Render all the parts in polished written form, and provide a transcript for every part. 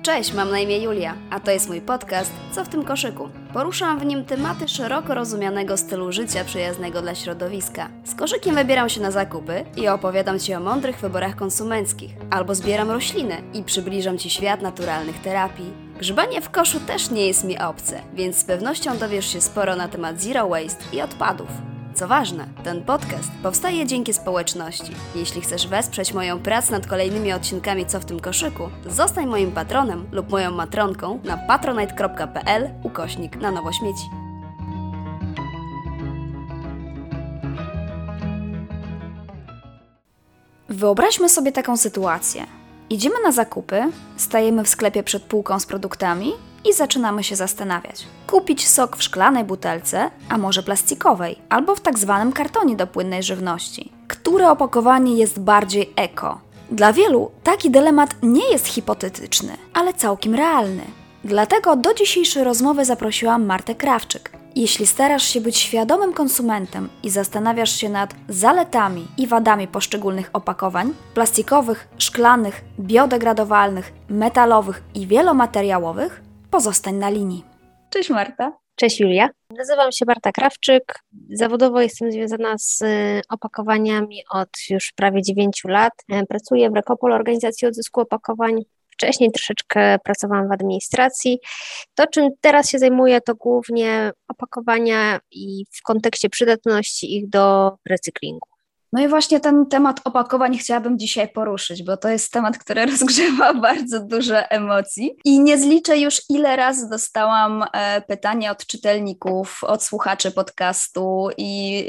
Cześć, mam na imię Julia, a to jest mój podcast Co w tym koszyku? Poruszam w nim tematy szeroko rozumianego stylu życia przyjaznego dla środowiska. Z koszykiem wybieram się na zakupy i opowiadam Ci o mądrych wyborach konsumenckich, albo zbieram rośliny i przybliżam Ci świat naturalnych terapii. Grzebanie w koszu też nie jest mi obce, więc z pewnością dowiesz się sporo na temat zero waste i odpadów. Co ważne, ten podcast powstaje dzięki społeczności. Jeśli chcesz wesprzeć moją pracę nad kolejnymi odcinkami Co w tym koszyku, zostań moim patronem lub moją matronką na patronite.pl/na nowo śmieci. Wyobraźmy sobie taką sytuację. Idziemy na zakupy, stajemy w sklepie przed półką z produktami i zaczynamy się zastanawiać. Kupić sok w szklanej butelce, a może plastikowej, albo w tak zwanym kartonie do płynnej żywności. Które opakowanie jest bardziej eko? Dla wielu taki dylemat nie jest hipotetyczny, ale całkiem realny. Dlatego do dzisiejszej rozmowy zaprosiłam Martę Krawczyk. Jeśli starasz się być świadomym konsumentem i zastanawiasz się nad zaletami i wadami poszczególnych opakowań plastikowych, szklanych, biodegradowalnych, metalowych i wielomateriałowych, pozostań na linii. Cześć Marta. Cześć Julia. Nazywam się Marta Krawczyk. Zawodowo jestem związana z opakowaniami od już prawie 9 lat. Pracuję w Recopol, organizacji odzysku opakowań. Wcześniej troszeczkę pracowałam w administracji. To, czym teraz się zajmuję, to głównie opakowania i w kontekście przydatności ich do recyklingu. No i właśnie ten temat opakowań chciałabym dzisiaj poruszyć, bo to jest temat, który rozgrzewa bardzo dużo emocji i nie zliczę już, ile razy dostałam pytania od czytelników, od słuchaczy podcastu i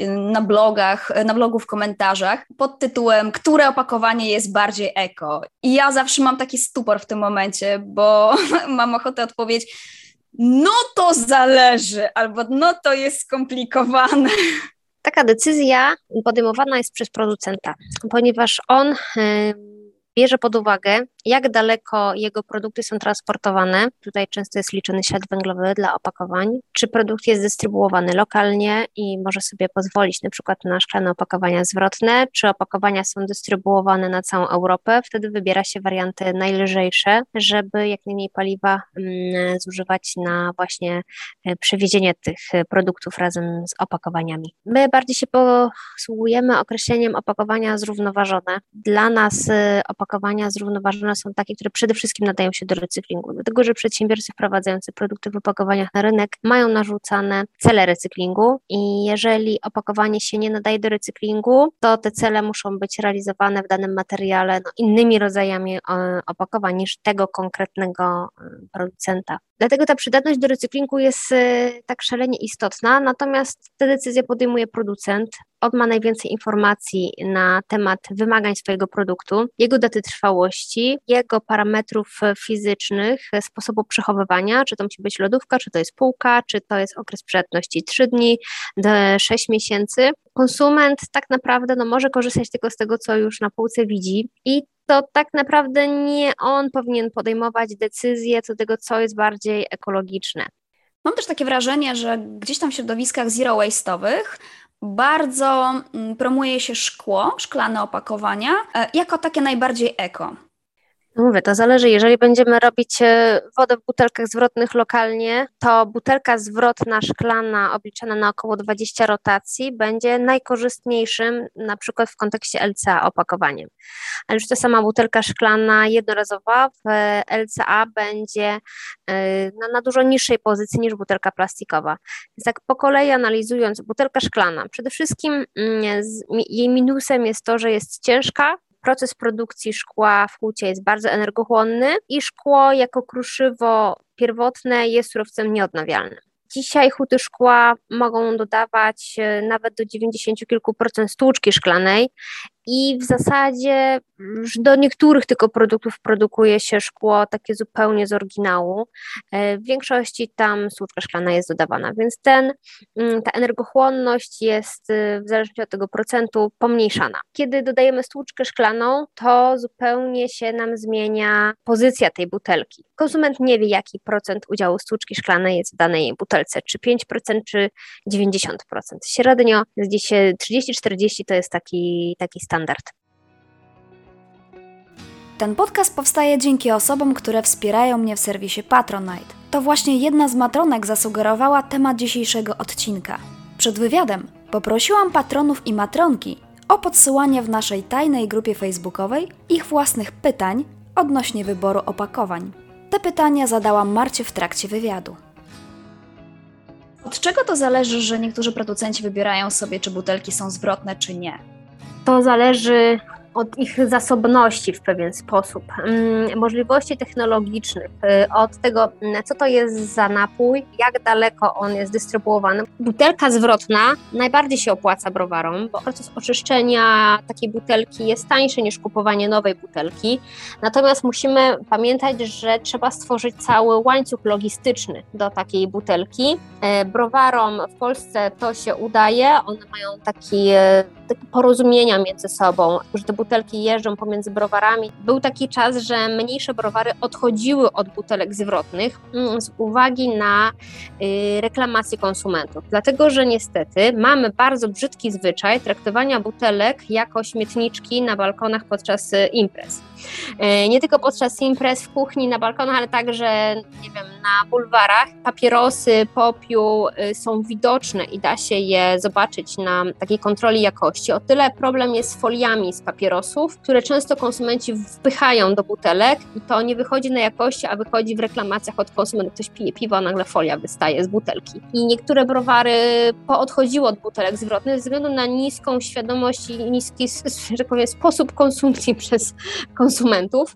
na blogu w komentarzach pod tytułem które opakowanie jest bardziej eko? I ja zawsze mam taki stupor w tym momencie, bo mam ochotę odpowiedzieć no to zależy, albo no to jest skomplikowane. Taka decyzja podejmowana jest przez producenta, ponieważ on bierze pod uwagę, jak daleko jego produkty są transportowane. Tutaj często jest liczony ślad węglowy dla opakowań. Czy produkt jest dystrybuowany lokalnie i może sobie pozwolić na przykład na szklane opakowania zwrotne, czy opakowania są dystrybuowane na całą Europę. Wtedy wybiera się warianty najlżejsze, żeby jak najmniej paliwa zużywać na właśnie przewiezienie tych produktów razem z opakowaniami. My bardziej się posługujemy określeniem opakowania zrównoważone. Dla nas opakowania zrównoważone są takie, które przede wszystkim nadają się do recyklingu, dlatego że przedsiębiorcy wprowadzający produkty w opakowaniach na rynek mają narzucane cele recyklingu i jeżeli opakowanie się nie nadaje do recyklingu, to te cele muszą być realizowane w danym materiale innymi rodzajami opakowań niż tego konkretnego producenta. Dlatego ta przydatność do recyklingu jest tak szalenie istotna, natomiast te decyzje podejmuje producent. On ma najwięcej informacji na temat wymagań swojego produktu, jego daty trwałości, jego parametrów fizycznych, sposobu przechowywania, czy to musi być lodówka, czy to jest półka, czy to jest okres przydatności 3 dni do 6 miesięcy. Konsument tak naprawdę może korzystać tylko z tego, co już na półce widzi i to tak naprawdę nie on powinien podejmować decyzje co do tego, co jest bardziej ekologiczne. Mam też takie wrażenie, że gdzieś tam w środowiskach zero waste'owych bardzo promuje się szkło, szklane opakowania, jako takie najbardziej eko. Mówię, to zależy, jeżeli będziemy robić wodę w butelkach zwrotnych lokalnie, to butelka zwrotna szklana obliczana na około 20 rotacji będzie najkorzystniejszym, na przykład w kontekście LCA opakowaniem. Ale już ta sama butelka szklana jednorazowa w LCA będzie na dużo niższej pozycji niż butelka plastikowa. Więc tak po kolei analizując, butelka szklana, przede wszystkim jej minusem jest to, że jest ciężka. Proces produkcji szkła w hucie jest bardzo energochłonny i szkło jako kruszywo pierwotne jest surowcem nieodnawialnym. Dzisiaj huty szkła mogą dodawać nawet do 90 kilku procent stłuczki szklanej i w zasadzie do niektórych tylko produktów produkuje się szkło takie zupełnie z oryginału. W większości tam stłuczka szklana jest dodawana, więc ta energochłonność jest w zależności od tego procentu pomniejszana. Kiedy dodajemy stłuczkę szklaną, to zupełnie się nam zmienia pozycja tej butelki. Konsument nie wie, jaki procent udziału stłuczki szklanej jest w danej butelce, czy 5%, czy 90%. Średnio gdzieś 30-40 to jest taki standard. Ten podcast powstaje dzięki osobom, które wspierają mnie w serwisie Patronite. To właśnie jedna z matronek zasugerowała temat dzisiejszego odcinka. Przed wywiadem poprosiłam patronów i matronki o podsyłanie w naszej tajnej grupie facebookowej ich własnych pytań odnośnie wyboru opakowań. Te pytania zadałam Marcie w trakcie wywiadu. Od czego to zależy, że niektórzy producenci wybierają sobie, czy butelki są zwrotne, czy nie? To zależy od ich zasobności w pewien sposób, możliwości technologicznych, od tego, co to jest za napój, jak daleko on jest dystrybuowany. Butelka zwrotna najbardziej się opłaca browarom, bo proces oczyszczenia takiej butelki jest tańszy niż kupowanie nowej butelki. Natomiast musimy pamiętać, że trzeba stworzyć cały łańcuch logistyczny do takiej butelki. Browarom w Polsce to się udaje, one mają takie porozumienia między sobą, że te butelki jeżdżą pomiędzy browarami. Był taki czas, że mniejsze browary odchodziły od butelek zwrotnych z uwagi na reklamację konsumentów. Dlatego, że niestety mamy bardzo brzydki zwyczaj traktowania butelek jako śmietniczki na balkonach podczas imprez. Nie tylko podczas imprez w kuchni, na balkonach, ale także, nie wiem, na bulwarach. Papierosy, popiół są widoczne i da się je zobaczyć na takiej kontroli jakości. O tyle problem jest z foliami z papierosów, które często konsumenci wpychają do butelek i to nie wychodzi na jakości, a wychodzi w reklamacjach od konsumentów. Ktoś pije piwo, a nagle folia wystaje z butelki. I niektóre browary poodchodziły od butelek zwrotnych ze względu na niską świadomość i niski, że tak powiem, sposób konsumpcji przez konsumentów.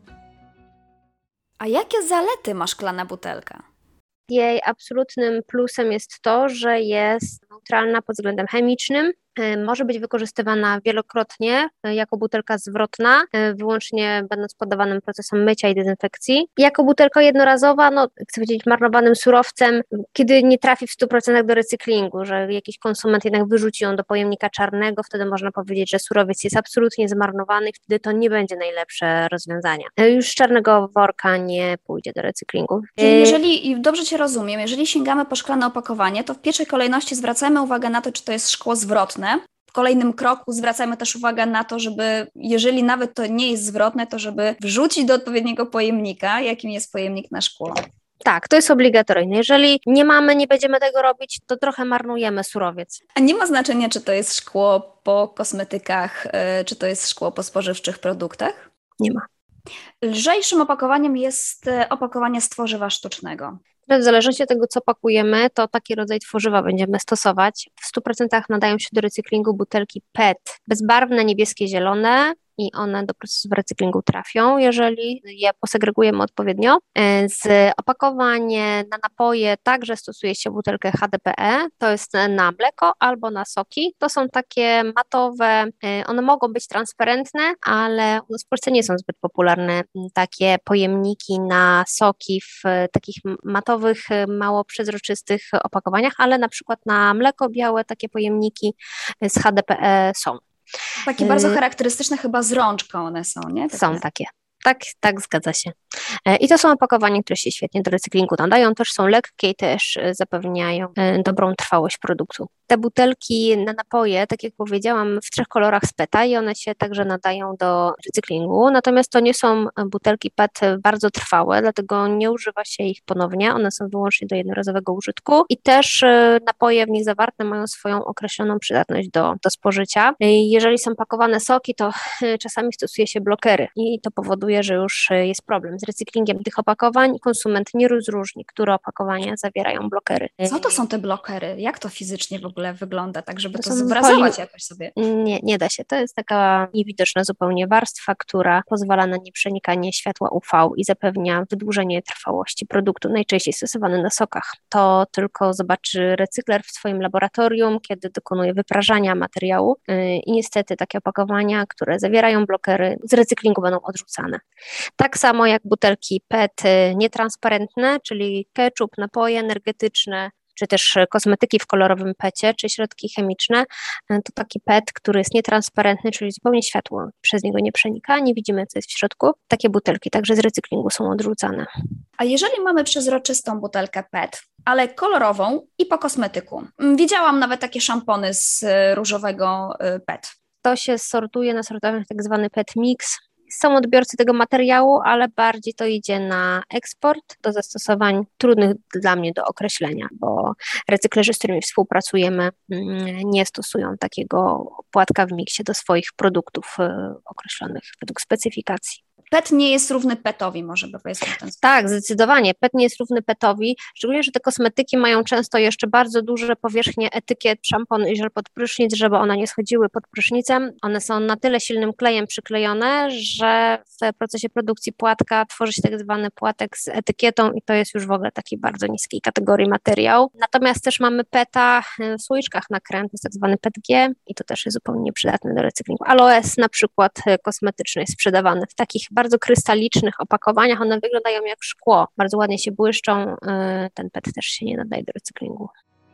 A jakie zalety ma szklana butelka? Jej absolutnym plusem jest to, że jest neutralna pod względem chemicznym. Może być wykorzystywana wielokrotnie jako butelka zwrotna, wyłącznie będąc poddawanym procesom mycia i dezynfekcji. Jako butelka jednorazowa, chcę powiedzieć, marnowanym surowcem, kiedy nie trafi w 100% do recyklingu, że jakiś konsument jednak wyrzuci ją do pojemnika czarnego, wtedy można powiedzieć, że surowiec jest absolutnie zmarnowany i wtedy to nie będzie najlepsze rozwiązanie. Już z czarnego worka nie pójdzie do recyklingu. Czyli jeżeli, dobrze Cię rozumiem, jeżeli sięgamy po szklane opakowanie, to w pierwszej kolejności zwracamy uwagę na to, czy to jest szkło zwrotne. W kolejnym kroku zwracamy też uwagę na to, żeby, jeżeli nawet to nie jest zwrotne, to żeby wrzucić do odpowiedniego pojemnika, jakim jest pojemnik na szkło. Tak, to jest obligatoryjne. Jeżeli nie będziemy tego robić, to trochę marnujemy surowiec. A nie ma znaczenia, czy to jest szkło po kosmetykach, czy to jest szkło po spożywczych produktach? Nie ma. Lżejszym opakowaniem jest opakowanie z tworzywa sztucznego. W zależności od tego, co pakujemy, to taki rodzaj tworzywa będziemy stosować. W 100% nadają się do recyklingu butelki PET, bezbarwne, niebieskie, zielone i one do procesu recyklingu trafią, jeżeli je posegregujemy odpowiednio. Z opakowań na napoje także stosuje się butelkę HDPE, to jest na mleko albo na soki. To są takie matowe, one mogą być transparentne, ale u nas w Polsce nie są zbyt popularne takie pojemniki na soki w takich matowych, mało przezroczystych opakowaniach, ale na przykład na mleko białe takie pojemniki z HDPE są. Takie bardzo charakterystyczne, chyba z rączką one są, nie? Są takie. Tak, zgadza się. I to są opakowania, które się świetnie do recyklingu nadają, też są lekkie i też zapewniają dobrą trwałość produktu. Te butelki na napoje, tak jak powiedziałam, w 3 kolorach z PET-a i one się także nadają do recyklingu, natomiast to nie są butelki PET bardzo trwałe, dlatego nie używa się ich ponownie, one są wyłącznie do jednorazowego użytku i też napoje w nich zawarte mają swoją określoną przydatność do spożycia. Jeżeli są pakowane soki, to czasami stosuje się blokery i to powoduje, że już jest problem z recyklingiem tych opakowań i konsument nie rozróżni, które opakowania zawierają blokery. Co to są te blokery? Jak to fizycznie w ogóle wygląda, tak żeby to są zobrazować jakoś sobie? Nie da się. To jest taka niewidoczna zupełnie warstwa, która pozwala na nieprzenikanie światła UV i zapewnia wydłużenie trwałości produktu, najczęściej stosowany na sokach. To tylko zobaczy recykler w swoim laboratorium, kiedy dokonuje wyprażania materiału i niestety takie opakowania, które zawierają blokery, z recyklingu będą odrzucane. Tak samo jak butelki PET nietransparentne, czyli ketchup, napoje energetyczne, czy też kosmetyki w kolorowym PET-cie, czy środki chemiczne, to taki PET, który jest nietransparentny, czyli zupełnie światło przez niego nie przenika, nie widzimy, co jest w środku. Takie butelki także z recyklingu są odrzucane. A jeżeli mamy przezroczystą butelkę PET, ale kolorową i po kosmetyku? Widziałam nawet takie szampony z różowego PET. To się sortuje na sortowniach tak zwany PET mix. są odbiorcy tego materiału, ale bardziej to idzie na eksport do zastosowań trudnych dla mnie do określenia, bo recyklerzy, z którymi współpracujemy, nie stosują takiego płatka w miksie do swoich produktów określonych według specyfikacji. PET nie jest równy PET-owi, może powiedzmy w ten sposób. Tak, zdecydowanie. PET nie jest równy PET-owi, szczególnie, że te kosmetyki mają często jeszcze bardzo duże powierzchnie etykiet, szampon i żel pod prysznic, żeby one nie schodziły pod prysznicem. One są na tyle silnym klejem przyklejone, że w procesie produkcji płatka tworzy się tak zwany płatek z etykietą i to jest już w ogóle taki bardzo niskiej kategorii materiał. Natomiast też mamy PET-a w słoiczkach na krem, to jest tak zwany PETG i to też jest zupełnie nieprzydatne do recyklingu. Aloes na przykład kosmetyczny jest sprzedawany w takich bardzo krystalicznych opakowaniach, one wyglądają jak szkło, bardzo ładnie się błyszczą, ten PET też się nie nadaje do recyklingu.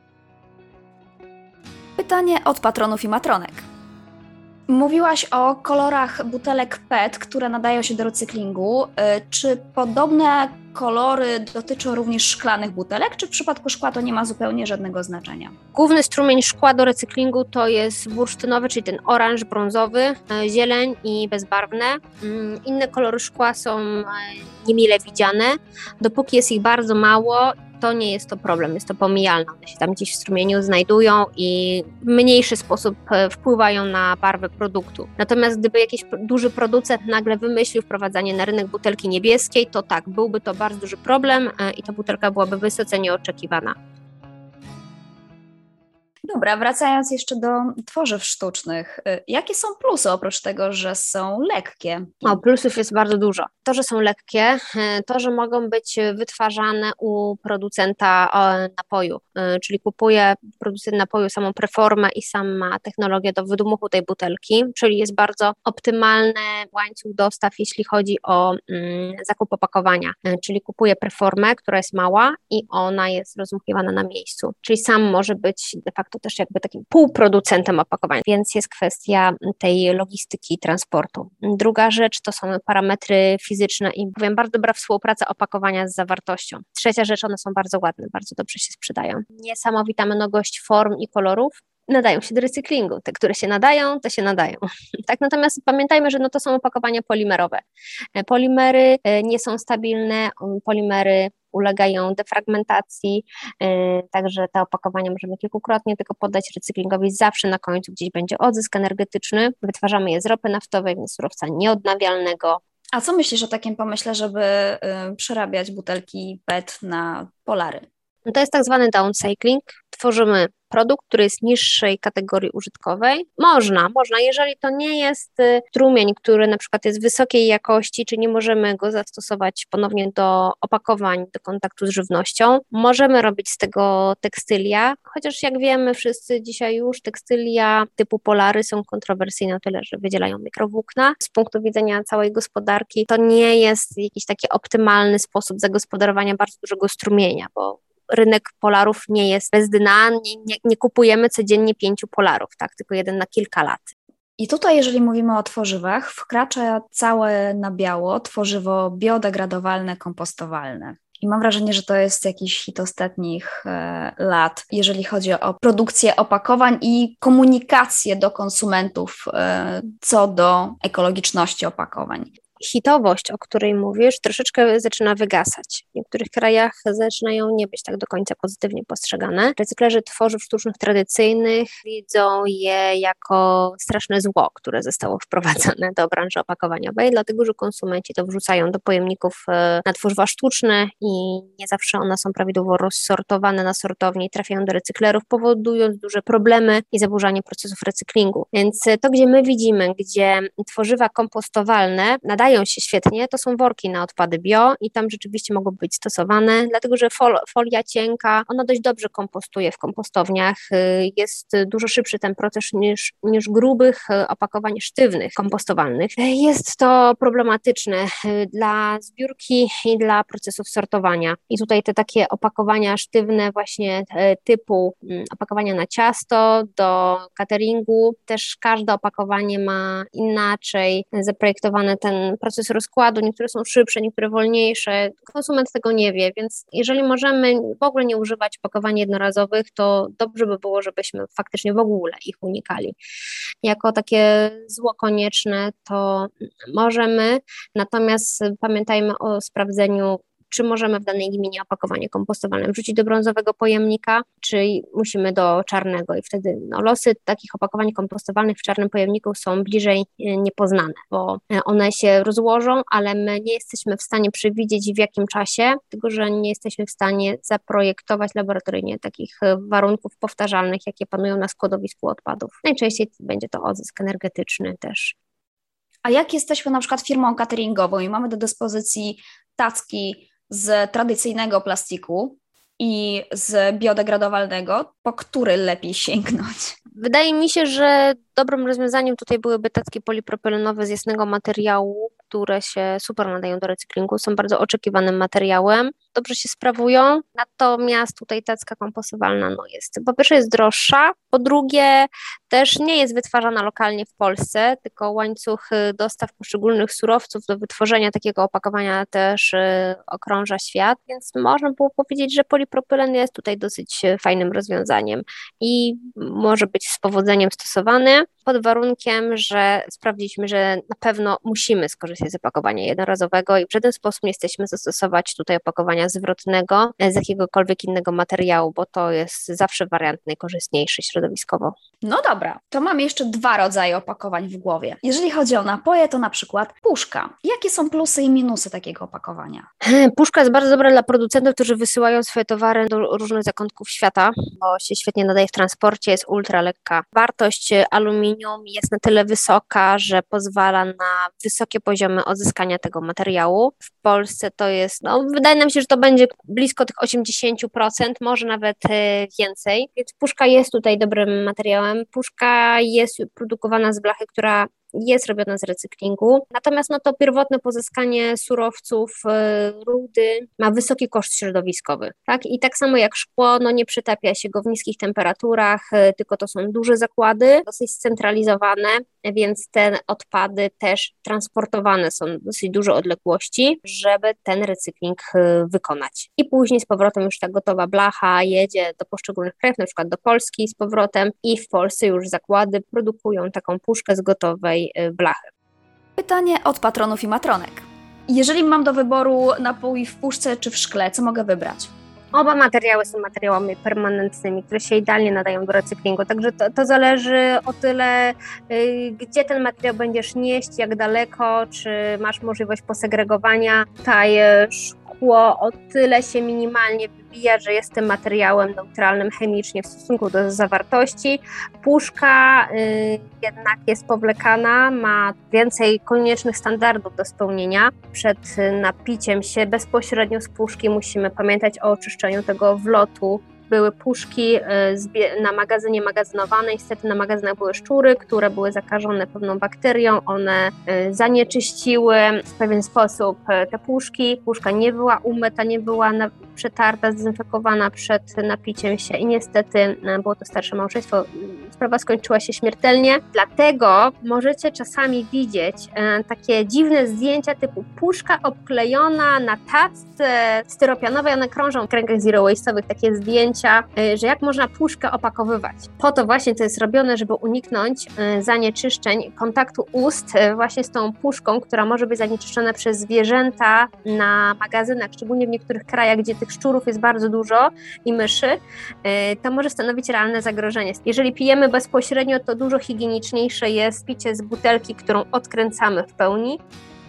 Pytanie od patronów i matronek. Mówiłaś o kolorach butelek PET, które nadają się do recyklingu. Czy podobne kolory dotyczą również szklanych butelek, czy w przypadku szkła to nie ma zupełnie żadnego znaczenia? Główny strumień szkła do recyklingu to jest bursztynowy, czyli ten oranż, brązowy, zieleń i bezbarwne. Inne kolory szkła są niemile widziane. Dopóki jest ich bardzo mało, to nie jest to problem, jest to pomijalne. One się tam gdzieś w strumieniu znajdują i w mniejszy sposób wpływają na barwę produktu. Natomiast gdyby jakiś duży producent nagle wymyślił wprowadzanie na rynek butelki niebieskiej, to tak, byłby to bardzo duży problem i ta butelka byłaby wysoce nieoczekiwana. Dobra, wracając jeszcze do tworzyw sztucznych. Jakie są plusy oprócz tego, że są lekkie? Plusów jest bardzo dużo. To, że są lekkie, to, że mogą być wytwarzane u producenta napoju, czyli kupuje producent napoju samą preformę i sama technologię do wydmuchu tej butelki, czyli jest bardzo optymalny łańcuch dostaw, jeśli chodzi o zakup opakowania, czyli kupuje preformę, która jest mała i ona jest rozdmuchiwana na miejscu, czyli sam może być de facto też jakby takim półproducentem opakowań, więc jest kwestia tej logistyki i transportu. Druga rzecz to są parametry fizyczne i powiem, bardzo dobra współpraca opakowania z zawartością. Trzecia rzecz, one są bardzo ładne, bardzo dobrze się sprzedają. Niesamowita mnogość form i kolorów. Nadają się do recyklingu. Te, które się nadają, to się nadają. Tak, natomiast pamiętajmy, że to są opakowania polimerowe. Polimery nie są stabilne, polimery ulegają defragmentacji, także te opakowania możemy kilkukrotnie tylko poddać recyklingowi. Zawsze na końcu gdzieś będzie odzysk energetyczny. Wytwarzamy je z ropy naftowej, więc surowca nieodnawialnego. A co myślisz o takim pomyśle, żeby przerabiać butelki PET na polary? To jest tak zwany downcycling. Tworzymy produkt, który jest niższej kategorii użytkowej. Można, jeżeli to nie jest strumień, który na przykład jest wysokiej jakości, czy nie możemy go zastosować ponownie do opakowań, do kontaktu z żywnością. Możemy robić z tego tekstylia, chociaż jak wiemy wszyscy dzisiaj już tekstylia typu polary są kontrowersyjne o tyle, że wydzielają mikrowłókna. Z punktu widzenia całej gospodarki to nie jest jakiś taki optymalny sposób zagospodarowania bardzo dużego strumienia, bo rynek polarów nie jest bez dna, nie kupujemy codziennie 5 polarów, tak, tylko jeden na kilka lat. I tutaj, jeżeli mówimy o tworzywach, wkracza całe na biało tworzywo biodegradowalne, kompostowalne. I mam wrażenie, że to jest jakiś hit ostatnich lat, jeżeli chodzi o produkcję opakowań i komunikację do konsumentów co do ekologiczności opakowań. Hitowość, o której mówisz, troszeczkę zaczyna wygasać. W niektórych krajach zaczynają nie być tak do końca pozytywnie postrzegane. Recyklerzy tworzyw sztucznych tradycyjnych widzą je jako straszne zło, które zostało wprowadzone do branży opakowaniowej, dlatego że konsumenci to wrzucają do pojemników na tworzywa sztuczne i nie zawsze one są prawidłowo rozsortowane na sortowni i trafiają do recyklerów, powodując duże problemy i zaburzanie procesów recyklingu. Więc to, gdzie my widzimy, gdzie tworzywa kompostowalne nadają się świetnie, to są worki na odpady bio i tam rzeczywiście mogą być stosowane, dlatego że folia cienka, ona dość dobrze kompostuje w kompostowniach, jest dużo szybszy ten proces niż grubych opakowań sztywnych, kompostowalnych. Jest to problematyczne dla zbiórki i dla procesów sortowania i tutaj te takie opakowania sztywne właśnie typu opakowania na ciasto, do cateringu, też każde opakowanie ma inaczej zaprojektowany ten proces rozkładu, niektóre są szybsze, niektóre wolniejsze. Konsument tego nie wie, więc jeżeli możemy w ogóle nie używać opakowań jednorazowych, to dobrze by było, żebyśmy faktycznie w ogóle ich unikali. Jako takie zło konieczne to możemy, natomiast pamiętajmy o sprawdzeniu, czy możemy w danej gminie opakowanie kompostowane wrzucić do brązowego pojemnika, czy musimy do czarnego i wtedy losy takich opakowań kompostowalnych w czarnym pojemniku są bliżej niepoznane, bo one się rozłożą, ale my nie jesteśmy w stanie przewidzieć w jakim czasie, tylko że nie jesteśmy w stanie zaprojektować laboratoryjnie takich warunków powtarzalnych, jakie panują na składowisku odpadów. Najczęściej będzie to odzysk energetyczny też. A jak jesteśmy na przykład firmą cateringową i mamy do dyspozycji tacki z tradycyjnego plastiku i z biodegradowalnego, po który lepiej sięgnąć? Wydaje mi się, że dobrym rozwiązaniem tutaj byłyby tacki polipropylenowe z jasnego materiału, które się super nadają do recyklingu, są bardzo oczekiwanym materiałem, dobrze się sprawują, natomiast tutaj tacka kompostowalna jest, po pierwsze jest droższa, po drugie też nie jest wytwarzana lokalnie w Polsce, tylko łańcuch dostaw poszczególnych surowców do wytworzenia takiego opakowania też okrąża świat, więc można było powiedzieć, że polipropylen jest tutaj dosyć fajnym rozwiązaniem i może być z powodzeniem stosowany, pod warunkiem, że sprawdziliśmy, że na pewno musimy skorzystać z opakowania jednorazowego i w żaden sposób nie jesteśmy zastosować tutaj opakowania zwrotnego z jakiegokolwiek innego materiału, bo to jest zawsze wariant najkorzystniejszy środowiskowo. No dobra, to mam jeszcze 2 rodzaje opakowań w głowie. Jeżeli chodzi o napoje, to na przykład puszka. Jakie są plusy i minusy takiego opakowania? Puszka jest bardzo dobra dla producentów, którzy wysyłają swoje towary do różnych zakątków świata, bo się świetnie nadaje w transporcie, jest ultra lekka. Wartość aluminium jest na tyle wysoka, że pozwala na wysokie poziomy odzyskania tego materiału. W Polsce to jest, wydaje nam się, że to będzie blisko tych 80%, może nawet więcej. Więc puszka jest tutaj dobrym materiałem. Puszka jest produkowana z blachy, która jest robiona z recyklingu, natomiast to pierwotne pozyskanie surowców, rudy ma wysoki koszt środowiskowy, tak? I tak samo jak szkło, nie przytapia się go w niskich temperaturach, tylko to są duże zakłady, dosyć scentralizowane, więc te odpady też transportowane są dosyć duże odległości, żeby ten recykling wykonać. I później z powrotem już ta gotowa blacha jedzie do poszczególnych krajów, na przykład do Polski z powrotem i w Polsce już zakłady produkują taką puszkę z gotowej blachy. Pytanie od patronów i matronek. Jeżeli mam do wyboru napój w puszce czy w szkle, co mogę wybrać? Oba materiały są materiałami permanentnymi, które się idealnie nadają do recyklingu, także to zależy o tyle, gdzie ten materiał będziesz nieść, jak daleko, czy masz możliwość posegregowania. Tutaj szkło o tyle się minimalnie wybija, że jest tym materiałem neutralnym chemicznie w stosunku do zawartości. Puszka jednak jest powlekana, ma więcej koniecznych standardów do spełnienia. Przed napiciem się bezpośrednio z puszki musimy pamiętać o oczyszczeniu tego wlotu. Były puszki na magazynie magazynowane, niestety na magazynach były szczury, które były zakażone pewną bakterią, one zanieczyściły w pewien sposób te puszki. Puszka nie była umyta, nie była przetarta, zdezynfekowana przed napiciem się i niestety było to starsze małżeństwo. Sprawa skończyła się śmiertelnie, dlatego możecie czasami widzieć takie dziwne zdjęcia typu puszka obklejona na tacce styropianowej, one krążą w kręgach zero waste'owych, takie zdjęcia, że jak można puszkę opakowywać. Po to właśnie to jest robione, żeby uniknąć zanieczyszczeń, kontaktu ust właśnie z tą puszką, która może być zanieczyszczona przez zwierzęta na magazynach, szczególnie w niektórych krajach, gdzie tych szczurów jest bardzo dużo i myszy, to może stanowić realne zagrożenie. Jeżeli pijemy bezpośrednio, to dużo higieniczniejsze jest picie z butelki, którą odkręcamy w pełni.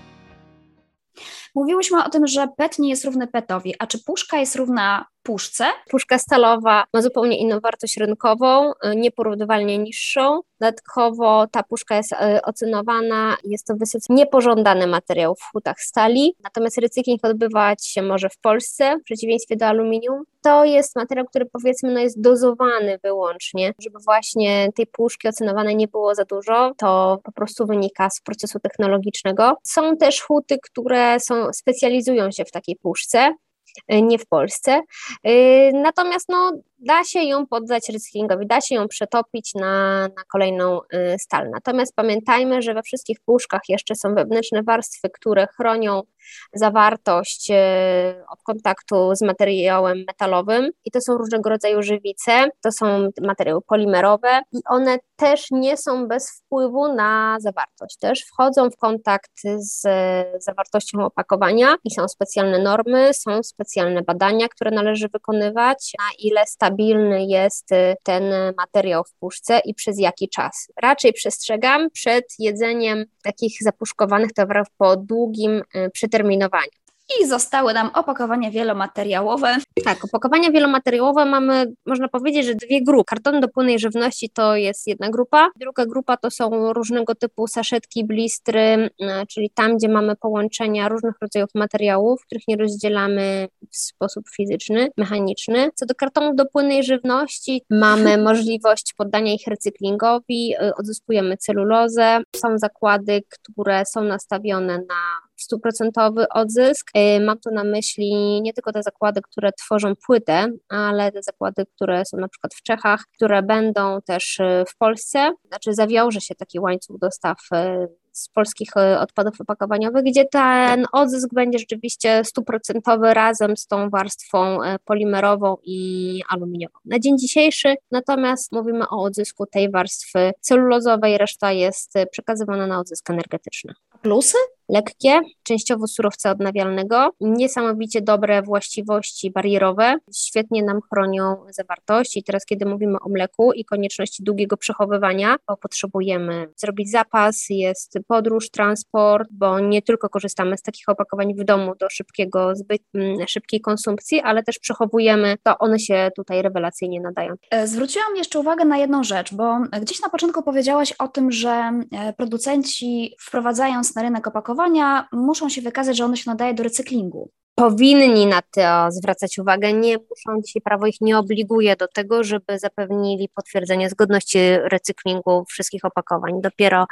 Mówiłyśmy o tym, że PET nie jest równy PET-owi, a czy puszka jest równa puszce? Puszka stalowa ma zupełnie inną wartość rynkową, nieporównywalnie niższą. Dodatkowo ta puszka jest ocenowana, jest to wysoce niepożądany materiał w hutach stali, natomiast recykling odbywać się może w Polsce, w przeciwieństwie do aluminium. To jest materiał, który powiedzmy jest dozowany wyłącznie, żeby właśnie tej puszki ocenowanej nie było za dużo, to po prostu wynika z procesu technologicznego. Są też huty, które specjalizują się w takiej puszce, nie w Polsce. Natomiast da się ją poddać recyklingowi, da się ją przetopić na kolejną stal. Natomiast pamiętajmy, że we wszystkich puszkach jeszcze są wewnętrzne warstwy, które chronią zawartość od kontaktu z materiałem metalowym i to są różnego rodzaju żywice, to są materiały polimerowe i one też nie są bez wpływu na zawartość. Też wchodzą w kontakt z zawartością opakowania i są specjalne normy, są specjalne badania, które należy wykonywać, na ile stabilny jest ten materiał w puszce i przez jaki czas. Raczej przestrzegam przed jedzeniem takich zapuszkowanych towarów po długim przeterminowaniu. I zostały nam opakowania wielomateriałowe. Tak, opakowania wielomateriałowe mamy, można powiedzieć, że dwie grupy. Kartony do płynnej żywności to jest jedna grupa, druga grupa to są różnego typu saszetki, blistry, czyli tam, gdzie mamy połączenia różnych rodzajów materiałów, których nie rozdzielamy w sposób fizyczny, mechaniczny. Co do kartonów do płynnej żywności, mamy możliwość poddania ich recyklingowi, odzyskujemy celulozę. Są zakłady, które są nastawione na 100% odzysk. Mam tu na myśli nie tylko te zakłady, które tworzą płytę, ale te zakłady, które są na przykład w Czechach, które będą też w Polsce. Znaczy zawiąże się taki łańcuch dostaw z polskich odpadów opakowaniowych, gdzie ten odzysk będzie rzeczywiście 100% razem z tą warstwą polimerową i aluminiową. Na dzień dzisiejszy natomiast mówimy o odzysku tej warstwy celulozowej, reszta jest przekazywana na odzysk energetyczny. Plusy? Lekkie, częściowo surowca odnawialnego, niesamowicie dobre właściwości barierowe, świetnie nam chronią zawartość i teraz kiedy mówimy o mleku i konieczności długiego przechowywania, bo potrzebujemy zrobić zapas, jest podróż, transport, bo nie tylko korzystamy z takich opakowań w domu do szybkiej konsumpcji, ale też przechowujemy, to one się tutaj rewelacyjnie nadają. Zwróciłam jeszcze uwagę na jedną rzecz, bo gdzieś na początku powiedziałaś o tym, że producenci wprowadzając na rynek opakowania muszą się wykazać, że ono się nadaje do recyklingu. Powinni na to zwracać uwagę, nie muszą, dzisiaj prawo ich nie obliguje do tego, żeby zapewnili potwierdzenie zgodności recyklingu wszystkich opakowań. Dopiero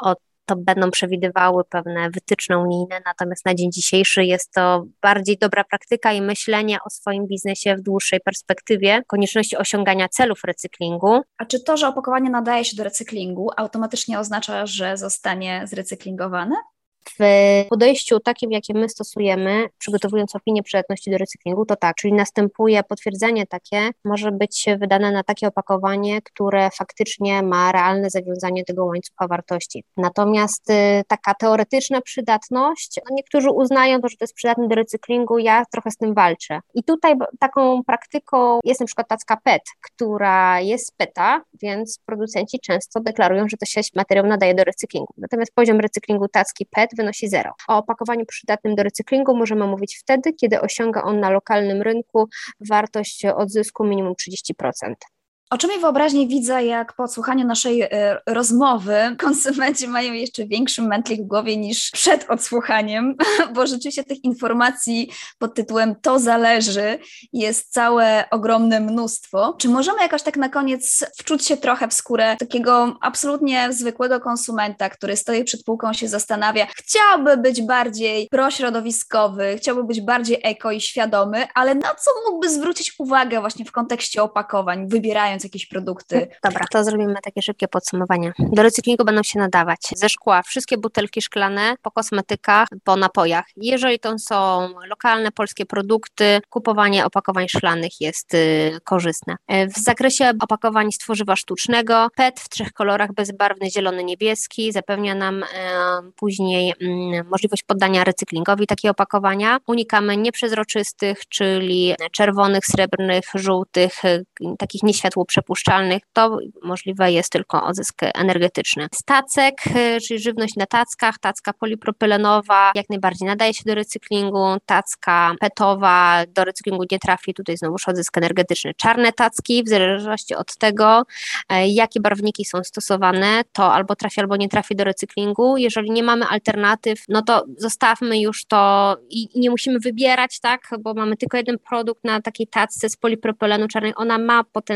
to będą przewidywały pewne wytyczne unijne, natomiast na dzień dzisiejszy jest to bardziej dobra praktyka i myślenie o swoim biznesie w dłuższej perspektywie, konieczności osiągania celów recyklingu. A czy to, że opakowanie nadaje się do recyklingu, automatycznie oznacza, że zostanie zrecyklingowane? W podejściu takim, jakie my stosujemy, przygotowując opinię przydatności do recyklingu, to tak, czyli następuje potwierdzenie takie, może być wydane na takie opakowanie, które faktycznie ma realne zawiązanie tego łańcucha wartości. Natomiast taka teoretyczna przydatność, no niektórzy uznają to, że to jest przydatne do recyklingu, ja trochę z tym walczę. I tutaj taką praktyką jest na przykład tacka PET, która jest PETA, więc producenci często deklarują, że to się materiał nadaje do recyklingu. Natomiast poziom recyklingu tacki PET wynosi 0. O opakowaniu przydatnym do recyklingu możemy mówić wtedy, kiedy osiąga on na lokalnym rynku wartość odzysku minimum 30%. Oczyma wyobraźni widzę, jak po odsłuchaniu naszej rozmowy konsumenci mają jeszcze większy mętlik w głowie niż przed odsłuchaniem, bo rzeczywiście tych informacji pod tytułem "to zależy" jest całe ogromne mnóstwo. Czy możemy jakoś tak na koniec wczuć się trochę w skórę takiego absolutnie zwykłego konsumenta, który stoi przed półką, się zastanawia, chciałby być bardziej prośrodowiskowy, chciałby być bardziej eko i świadomy, ale na co mógłby zwrócić uwagę właśnie w kontekście opakowań, wybierając jakieś produkty? Dobra, to zrobimy takie szybkie podsumowanie. Do recyklingu będą się nadawać ze szkła wszystkie butelki szklane po kosmetykach, po napojach. Jeżeli to są lokalne, polskie produkty, kupowanie opakowań szklanych jest korzystne. W zakresie opakowań z tworzywa sztucznego, PET w 3 kolorach, bezbarwny, zielony, niebieski, zapewnia nam później możliwość poddania recyklingowi takiego opakowania. Unikamy nieprzezroczystych, czyli czerwonych, srebrnych, żółtych, takich nieświatło przepuszczalnych, to możliwe jest tylko odzysk energetyczny. Z tacek, czyli żywność na tackach, tacka polipropylenowa jak najbardziej nadaje się do recyklingu, tacka petowa do recyklingu nie trafi, tutaj znowuż odzysk energetyczny. Czarne tacki, w zależności od tego, jakie barwniki są stosowane, to albo trafi, albo nie trafi do recyklingu. Jeżeli nie mamy alternatyw, no to zostawmy już to i nie musimy wybierać, tak, bo mamy tylko jeden produkt na takiej tacce z polipropylenu czarnej, ona ma potencjał poddania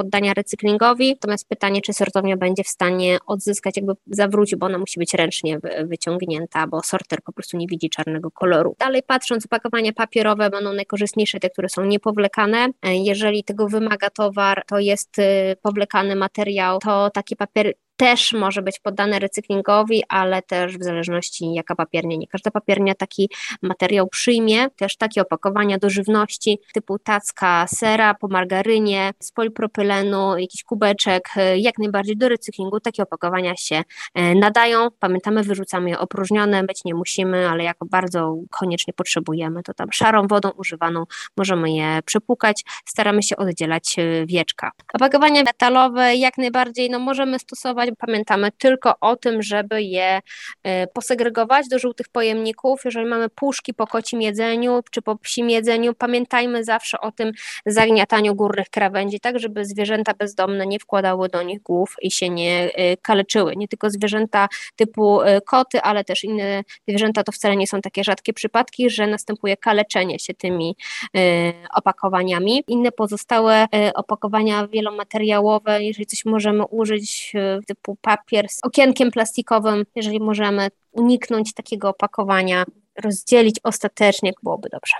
poddania recyklingowi, natomiast pytanie, czy sortownia będzie w stanie odzyskać, jakby zawrócić, bo ona musi być ręcznie wyciągnięta, bo sorter po prostu nie widzi czarnego koloru. Dalej patrząc, opakowania papierowe będą najkorzystniejsze, te, które są niepowlekane. Jeżeli tego wymaga towar, to jest powlekany materiał, to taki papier też może być poddane recyklingowi, ale też w zależności jaka papiernia. Nie każda papiernia taki materiał przyjmie. Też takie opakowania do żywności typu tacka sera po margarynie, z polipropylenu, jakiś kubeczek, jak najbardziej do recyklingu. Takie opakowania się nadają. Pamiętamy, wyrzucamy je opróżnione, być nie musimy, ale jako bardzo koniecznie potrzebujemy, to tam szarą wodą używaną możemy je przepłukać. Staramy się oddzielać wieczka. Opakowania metalowe jak najbardziej możemy stosować. Pamiętamy tylko o tym, żeby je posegregować do żółtych pojemników. Jeżeli mamy puszki po kocim jedzeniu czy po psim jedzeniu, pamiętajmy zawsze o tym zagniataniu górnych krawędzi, tak żeby zwierzęta bezdomne nie wkładały do nich głów i się nie kaleczyły. Nie tylko zwierzęta typu koty, ale też inne zwierzęta, to wcale nie są takie rzadkie przypadki, że następuje kaleczenie się tymi opakowaniami. Inne pozostałe opakowania wielomateriałowe, jeżeli coś możemy użyć typu papier z okienkiem plastikowym, jeżeli możemy uniknąć takiego opakowania, rozdzielić ostatecznie, byłoby dobrze.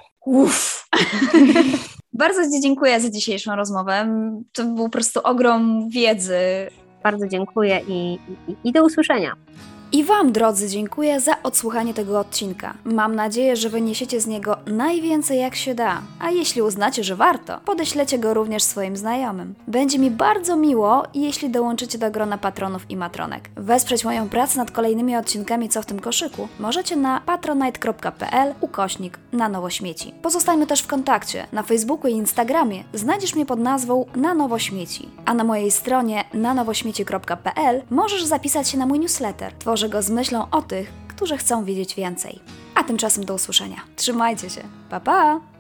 Bardzo Ci dziękuję za dzisiejszą rozmowę. To był po prostu ogrom wiedzy. Bardzo dziękuję i do usłyszenia. I Wam, drodzy, dziękuję za odsłuchanie tego odcinka. Mam nadzieję, że wyniesiecie z niego najwięcej jak się da. A jeśli uznacie, że warto, podeślecie go również swoim znajomym. Będzie mi bardzo miło, jeśli dołączycie do grona patronów i matronek. Wesprzeć moją pracę nad kolejnymi odcinkami Co w tym koszyku możecie na patronite.pl/na nowo śmieci. Pozostajmy też w kontakcie. Na Facebooku i Instagramie znajdziesz mnie pod nazwą Na nowo śmieci. A na mojej stronie nanowośmieci.pl możesz zapisać się na mój newsletter. Tworzę go z myślą o tych, którzy chcą wiedzieć więcej. A tymczasem do usłyszenia. Trzymajcie się. Pa, pa!